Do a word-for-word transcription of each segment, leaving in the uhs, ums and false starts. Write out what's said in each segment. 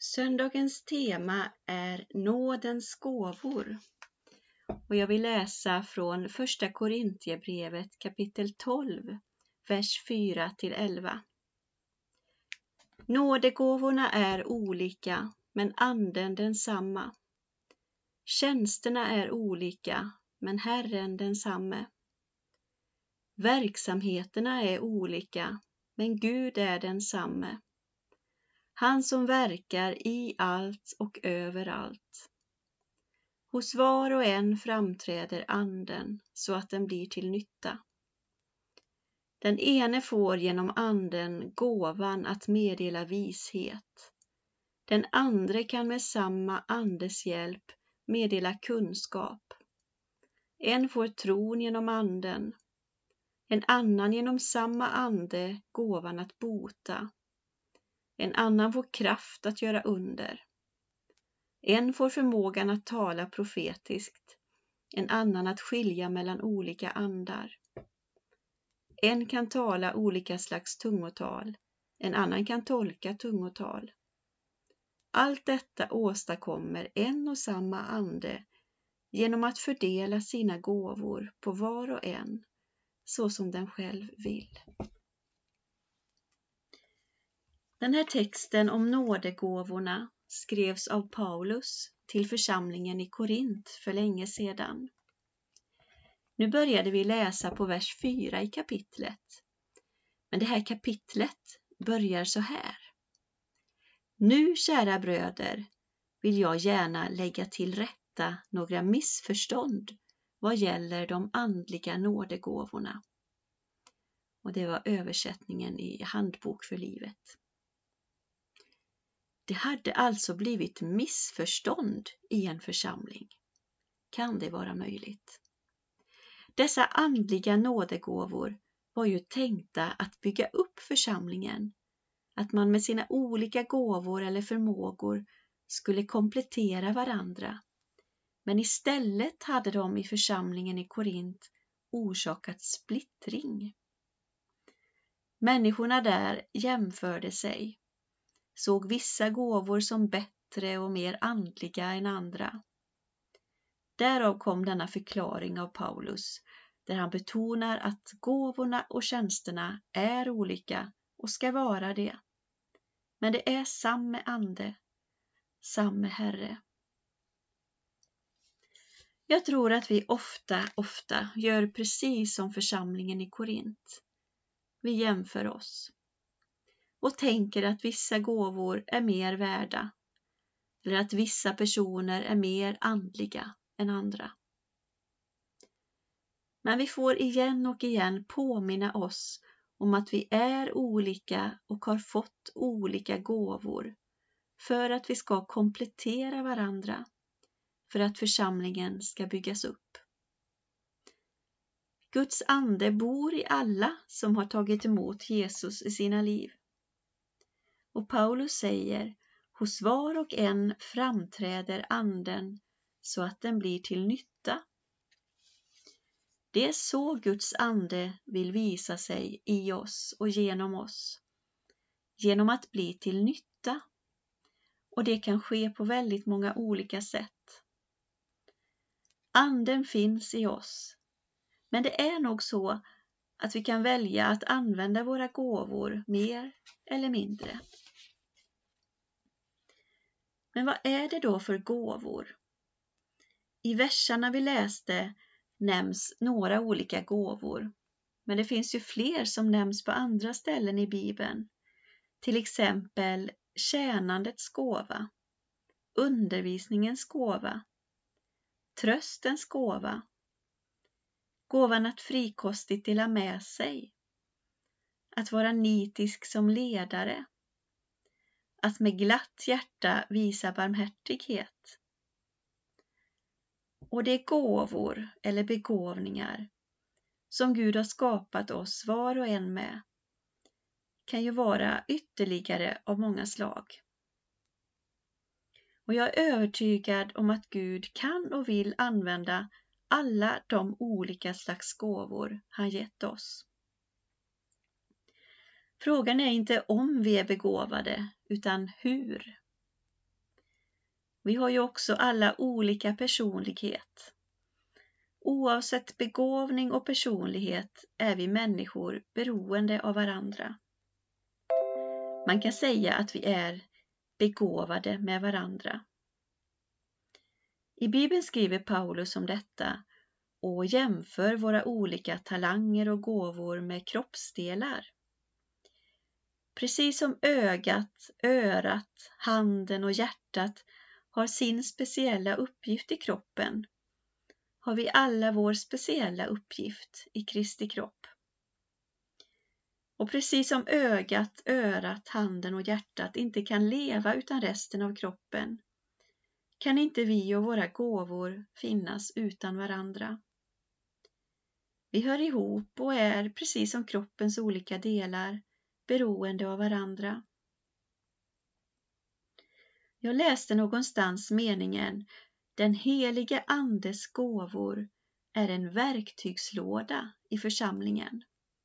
Söndagens tema är nådens gåvor. Och jag vill läsa från första Korintierbrevet kapitel tolv, vers fyra till elva. Nådegåvorna är olika, men anden densamma. Tjänsterna är olika, men Herren densamme. Verksamheterna är olika, men Gud är densamme. Han som verkar i allt och överallt. Hos var och en framträder anden så att den blir till nytta. Den ene får genom anden gåvan att meddela vishet. Den andra kan med samma andes hjälp meddela kunskap. En får tron genom anden. En annan genom samma ande gåvan att bota. En annan får kraft att göra under. En får förmågan att tala profetiskt. En annan att skilja mellan olika andar. En kan tala olika slags tungotal. En annan kan tolka tungotal. Allt detta åstadkommer en och samma ande genom att fördela sina gåvor på var och en så som den själv vill. Den här texten om nådegåvorna skrevs av Paulus till församlingen i Korint för länge sedan. Nu började vi läsa på vers fyra i kapitlet. Men det här kapitlet börjar så här. Nu, kära bröder, vill jag gärna lägga till rätta några missförstånd vad gäller de andliga nådegåvorna. Och det var översättningen i Handbok för livet. Det hade alltså blivit missförstånd i en församling. Kan det vara möjligt? Dessa andliga nådegåvor var ju tänkta att bygga upp församlingen. Att man med sina olika gåvor eller förmågor skulle komplettera varandra. Men istället hade de i församlingen i Korint orsakat splittring. Människorna där jämförde sig. Såg vissa gåvor som bättre och mer andliga än andra. Därav kom denna förklaring av Paulus, där han betonar att gåvorna och tjänsterna är olika och ska vara det. Men det är samma ande, samma Herre. Jag tror att vi ofta, ofta gör precis som församlingen i Korint. Vi jämför oss. Och tänker att vissa gåvor är mer värda. Eller att vissa personer är mer andliga än andra. Men vi får igen och igen påminna oss om att vi är olika och har fått olika gåvor. För att vi ska komplettera varandra. För att församlingen ska byggas upp. Guds ande bor i alla som har tagit emot Jesus i sina liv. Och Paulus säger, hos var och en framträder anden så att den blir till nytta. Det är så Guds ande vill visa sig i oss och genom oss. Genom att bli till nytta. Och det kan ske på väldigt många olika sätt. Anden finns i oss. Men det är nog så att vi kan välja att använda våra gåvor mer eller mindre. Men vad är det då för gåvor? I verserna vi läste nämns några olika gåvor. Men det finns ju fler som nämns på andra ställen i Bibeln. Till exempel tjänandets gåva, undervisningens gåva, tröstens gåva, gåvan att frikostigt dela med sig, att vara nitisk som ledare, att med glatt hjärta visa barmhärtighet. Och det är gåvor eller begåvningar som Gud har skapat oss var och en med. Kan ju vara ytterligare av många slag. Och jag är övertygad om att Gud kan och vill använda alla de olika slags gåvor han gett oss. Frågan är inte om vi är begåvade, utan hur. Vi har ju också alla olika personlighet. Oavsett begåvning och personlighet är vi människor beroende av varandra. Man kan säga att vi är begåvade med varandra. I Bibeln skriver Paulus om detta och jämför våra olika talanger och gåvor med kroppsdelar. Precis som ögat, örat, handen och hjärtat har sin speciella uppgift i kroppen, har vi alla vår speciella uppgift i Kristi kropp. Och precis som ögat, örat, handen och hjärtat inte kan leva utan resten av kroppen, kan inte vi och våra gåvor finnas utan varandra. Vi hör ihop och är, precis som kroppens olika delar, beroende av varandra. Jag läste någonstans meningen: den heliga andes gåvor är en verktygslåda i församlingen.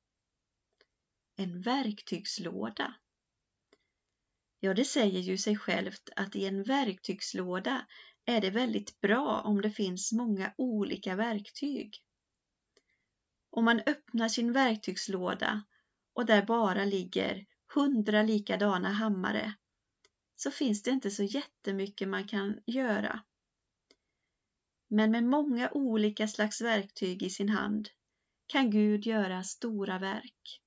En verktygslåda. Ja, det säger ju sig självt att i en verktygslåda är det väldigt bra om det finns många olika verktyg. Om man öppnar sin verktygslåda och där bara ligger hundra likadana hammare, så finns det inte så jättemycket man kan göra. Men med många olika slags verktyg i sin hand kan Gud göra stora verk.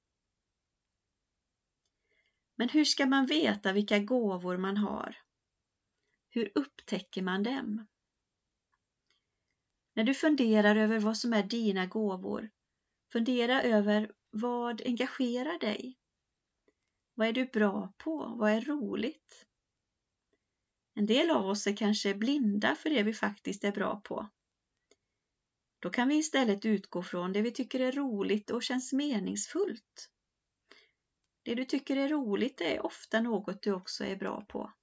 Men hur ska man veta vilka gåvor man har? Hur upptäcker man dem? När du funderar över vad som är dina gåvor, fundera över vad engagerar dig. Vad är du bra på? Vad är roligt? En del av oss är kanske blinda för det vi faktiskt är bra på. Då kan vi istället utgå från det vi tycker är roligt och känns meningsfullt. Det du tycker är roligt är ofta något du också är bra på.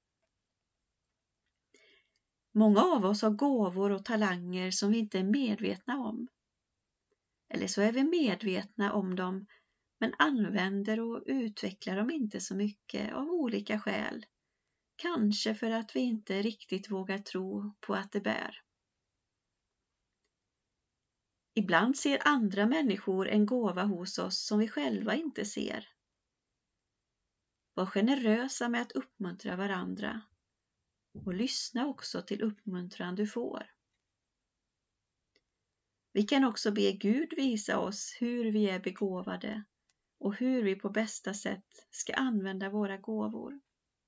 Många av oss har gåvor och talanger som vi inte är medvetna om. Eller så är vi medvetna om dem men använder och utvecklar dem inte så mycket av olika skäl. Kanske för att vi inte riktigt vågar tro på att det bär. Ibland ser andra människor en gåva hos oss som vi själva inte ser. Var generösa med att uppmuntra varandra och lyssna också till uppmuntran du får. Vi kan också be Gud visa oss hur vi är begåvade och hur vi på bästa sätt ska använda våra gåvor.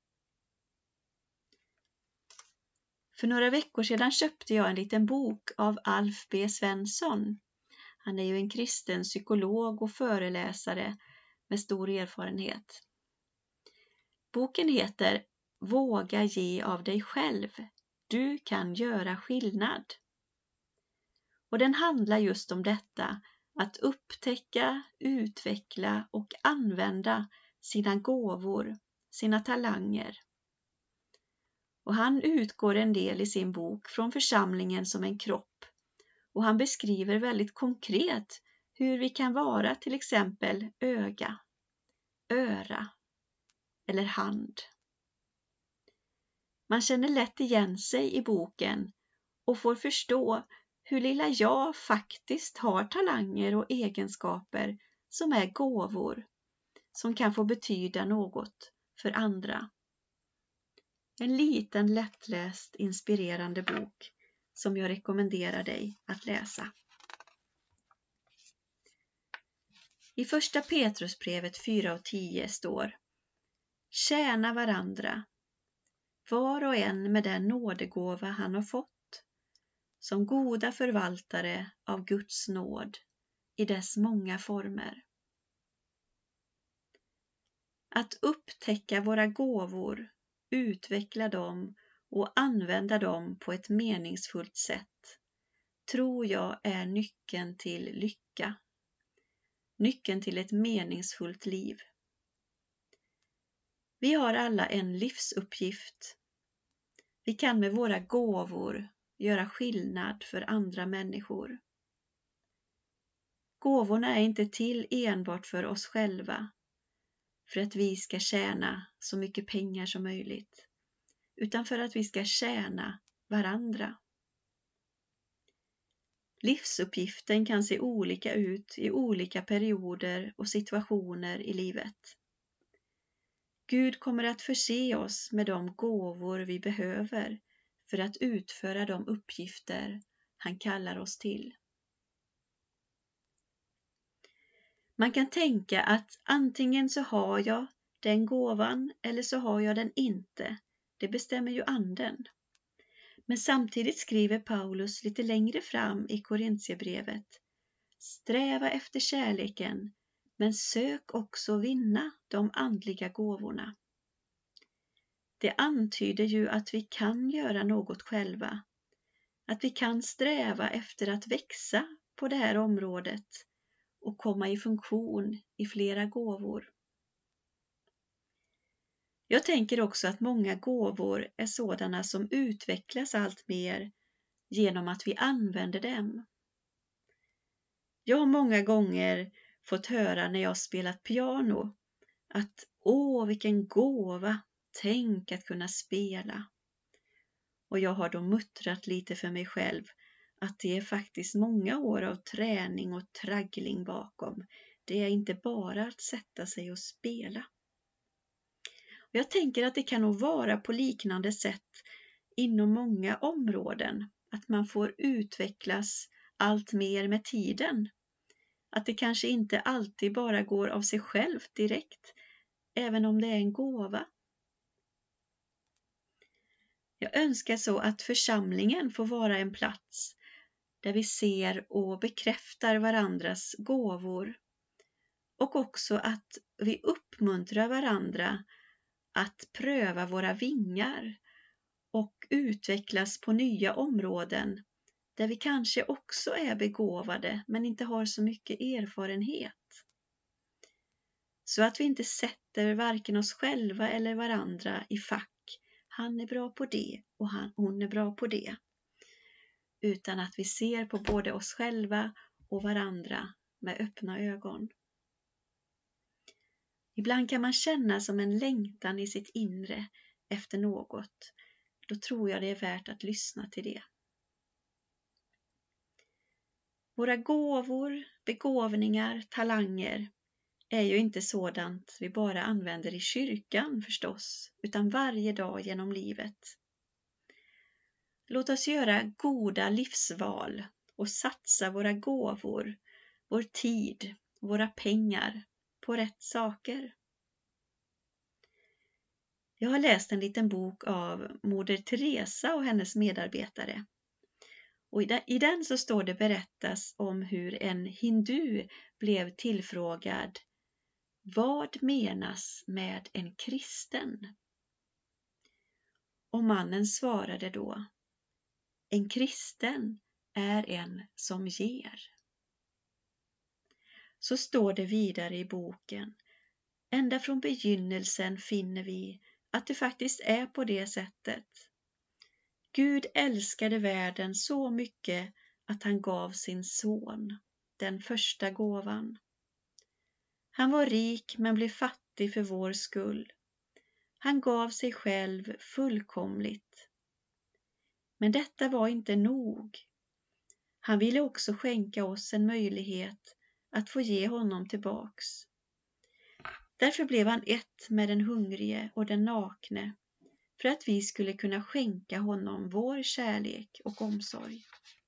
För några veckor sedan köpte jag en liten bok av Alf B. Svensson. Han är ju en kristen psykolog och föreläsare med stor erfarenhet. Boken heter Våga ge av dig själv. Du kan göra skillnad. Och den handlar just om detta, att upptäcka, utveckla och använda sina gåvor, sina talanger. Och han utgår en del i sin bok från församlingen som en kropp. Och han beskriver väldigt konkret hur vi kan vara till exempel öga, öra eller hand. Man känner lätt igen sig i boken och får förstå hur lilla jag faktiskt har talanger och egenskaper som är gåvor, som kan få betyda något för andra. En liten lättläst, inspirerande bok som jag rekommenderar dig att läsa. I första Petrusbrevet fyra och tio står: tjäna varandra, var och en med den nådegåva han har fått, som goda förvaltare av Guds nåd i dess många former. Att upptäcka våra gåvor, utveckla dem och använda dem på ett meningsfullt sätt, tror jag är nyckeln till lycka. Nyckeln till ett meningsfullt liv. Vi har alla en livsuppgift. Vi kan med våra gåvor göra skillnad för andra människor. Gåvorna är inte till enbart för oss själva, för att vi ska tjäna så mycket pengar som möjligt, utan för att vi ska tjäna varandra. Livsuppgiften kan se olika ut i olika perioder och situationer i livet. Gud kommer att förse oss med de gåvor vi behöver för att utföra de uppgifter han kallar oss till. Man kan tänka att antingen så har jag den gåvan eller så har jag den inte. Det bestämmer ju anden. Men samtidigt skriver Paulus lite längre fram i Korintierbrevet: sträva efter kärleken, men sök också vinna de andliga gåvorna. Det antyder ju att vi kan göra något själva. Att vi kan sträva efter att växa på det här området och komma i funktion i flera gåvor. Jag tänker också att många gåvor är sådana som utvecklas allt mer genom att vi använder dem. Jag har många gånger fått höra när jag spelat piano att åh, vilken gåva, tänk att kunna spela. Och jag har då muttrat lite för mig själv att det är faktiskt många år av träning och traggling bakom. Det är inte bara att sätta sig och spela. Och jag tänker att det kan nog vara på liknande sätt inom många områden. Att man får utvecklas allt mer med tiden. Att det kanske inte alltid bara går av sig självt direkt, även om det är en gåva. Jag önskar så att församlingen får vara en plats där vi ser och bekräftar varandras gåvor och också att vi uppmuntrar varandra att pröva våra vingar och utvecklas på nya områden där vi kanske också är begåvade men inte har så mycket erfarenhet. Så att vi inte sätter varken oss själva eller varandra i fack. Han är bra på det och han, hon är bra på det. Utan att vi ser på både oss själva och varandra med öppna ögon. Ibland kan man känna som en längtan i sitt inre efter något. Då tror jag det är värt att lyssna till det. Våra gåvor, begåvningar, talanger är ju inte sådant vi bara använder i kyrkan förstås, utan varje dag genom livet. Låt oss göra goda livsval och satsa våra gåvor, vår tid, våra pengar på rätt saker. Jag har läst en liten bok av Moder Teresa och hennes medarbetare. Och i den så står det berättas om hur en hindu blev tillfrågad: vad menas med en kristen? Och mannen svarade då: en kristen är en som ger. Så står det vidare i boken. Ända från begynnelsen finner vi att det faktiskt är på det sättet. Gud älskade världen så mycket att han gav sin son, den första gåvan. Han var rik men blev fattig för vår skull. Han gav sig själv fullkomligt. Men detta var inte nog. Han ville också skänka oss en möjlighet att få ge honom tillbaks. Därför blev han ett med den hungrige och den nakne, för att vi skulle kunna skänka honom vår kärlek och omsorg.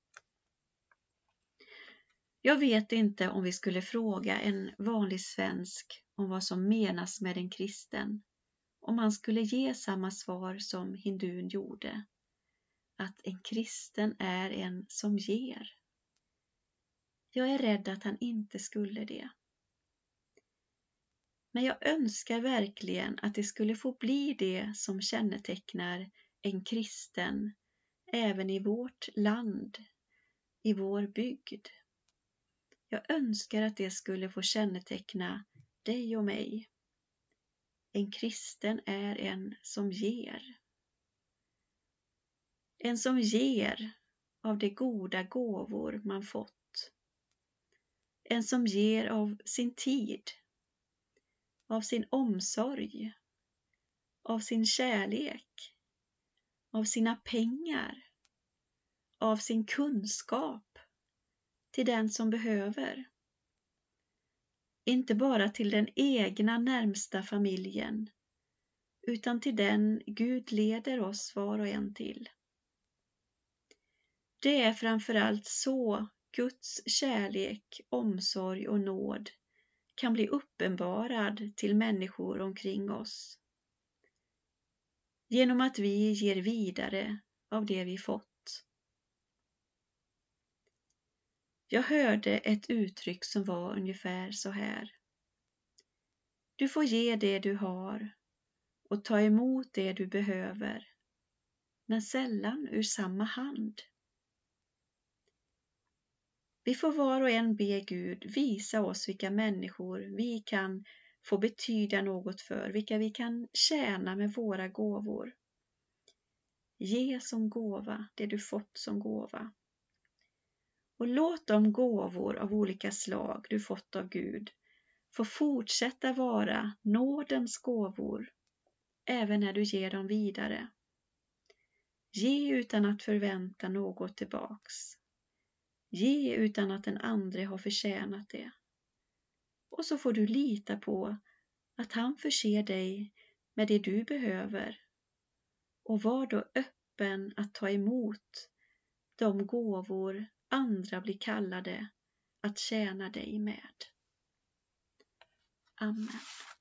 Jag vet inte om vi skulle fråga en vanlig svensk om vad som menas med en kristen, om han skulle ge samma svar som hindun gjorde, att en kristen är en som ger. Jag är rädd att han inte skulle det. Men jag önskar verkligen att det skulle få bli det som kännetecknar en kristen även i vårt land, i vår bygd. Jag önskar att det skulle få känneteckna dig och mig. En kristen är en som ger. En som ger av de goda gåvor man fått. En som ger av sin tid, av sin omsorg, av sin kärlek, av sina pengar, av sin kunskap till den som behöver. Inte bara till den egna närmsta familjen, utan till den Gud leder oss var och en till. Det är framförallt så Guds kärlek, omsorg och nåd kan bli uppenbarad till människor omkring oss. Genom att vi ger vidare av det vi fått. Jag hörde ett uttryck som var ungefär så här. Du får ge det du har och ta emot det du behöver, men sällan ur samma hand. Vi får var och en be Gud visa oss vilka människor vi kan få betyda något för, vilka vi kan tjäna med våra gåvor. Ge som gåva det du fått som gåva. Och låt de gåvor av olika slag du fått av Gud få fortsätta vara nådens gåvor, även när du ger dem vidare. Ge utan att förvänta något tillbaks. Ge utan att den andre har förtjänat det. Och så får du lita på att han förser dig med det du behöver. Och var då öppen att ta emot de gåvor andra blir kallade att tjäna dig med. Amen.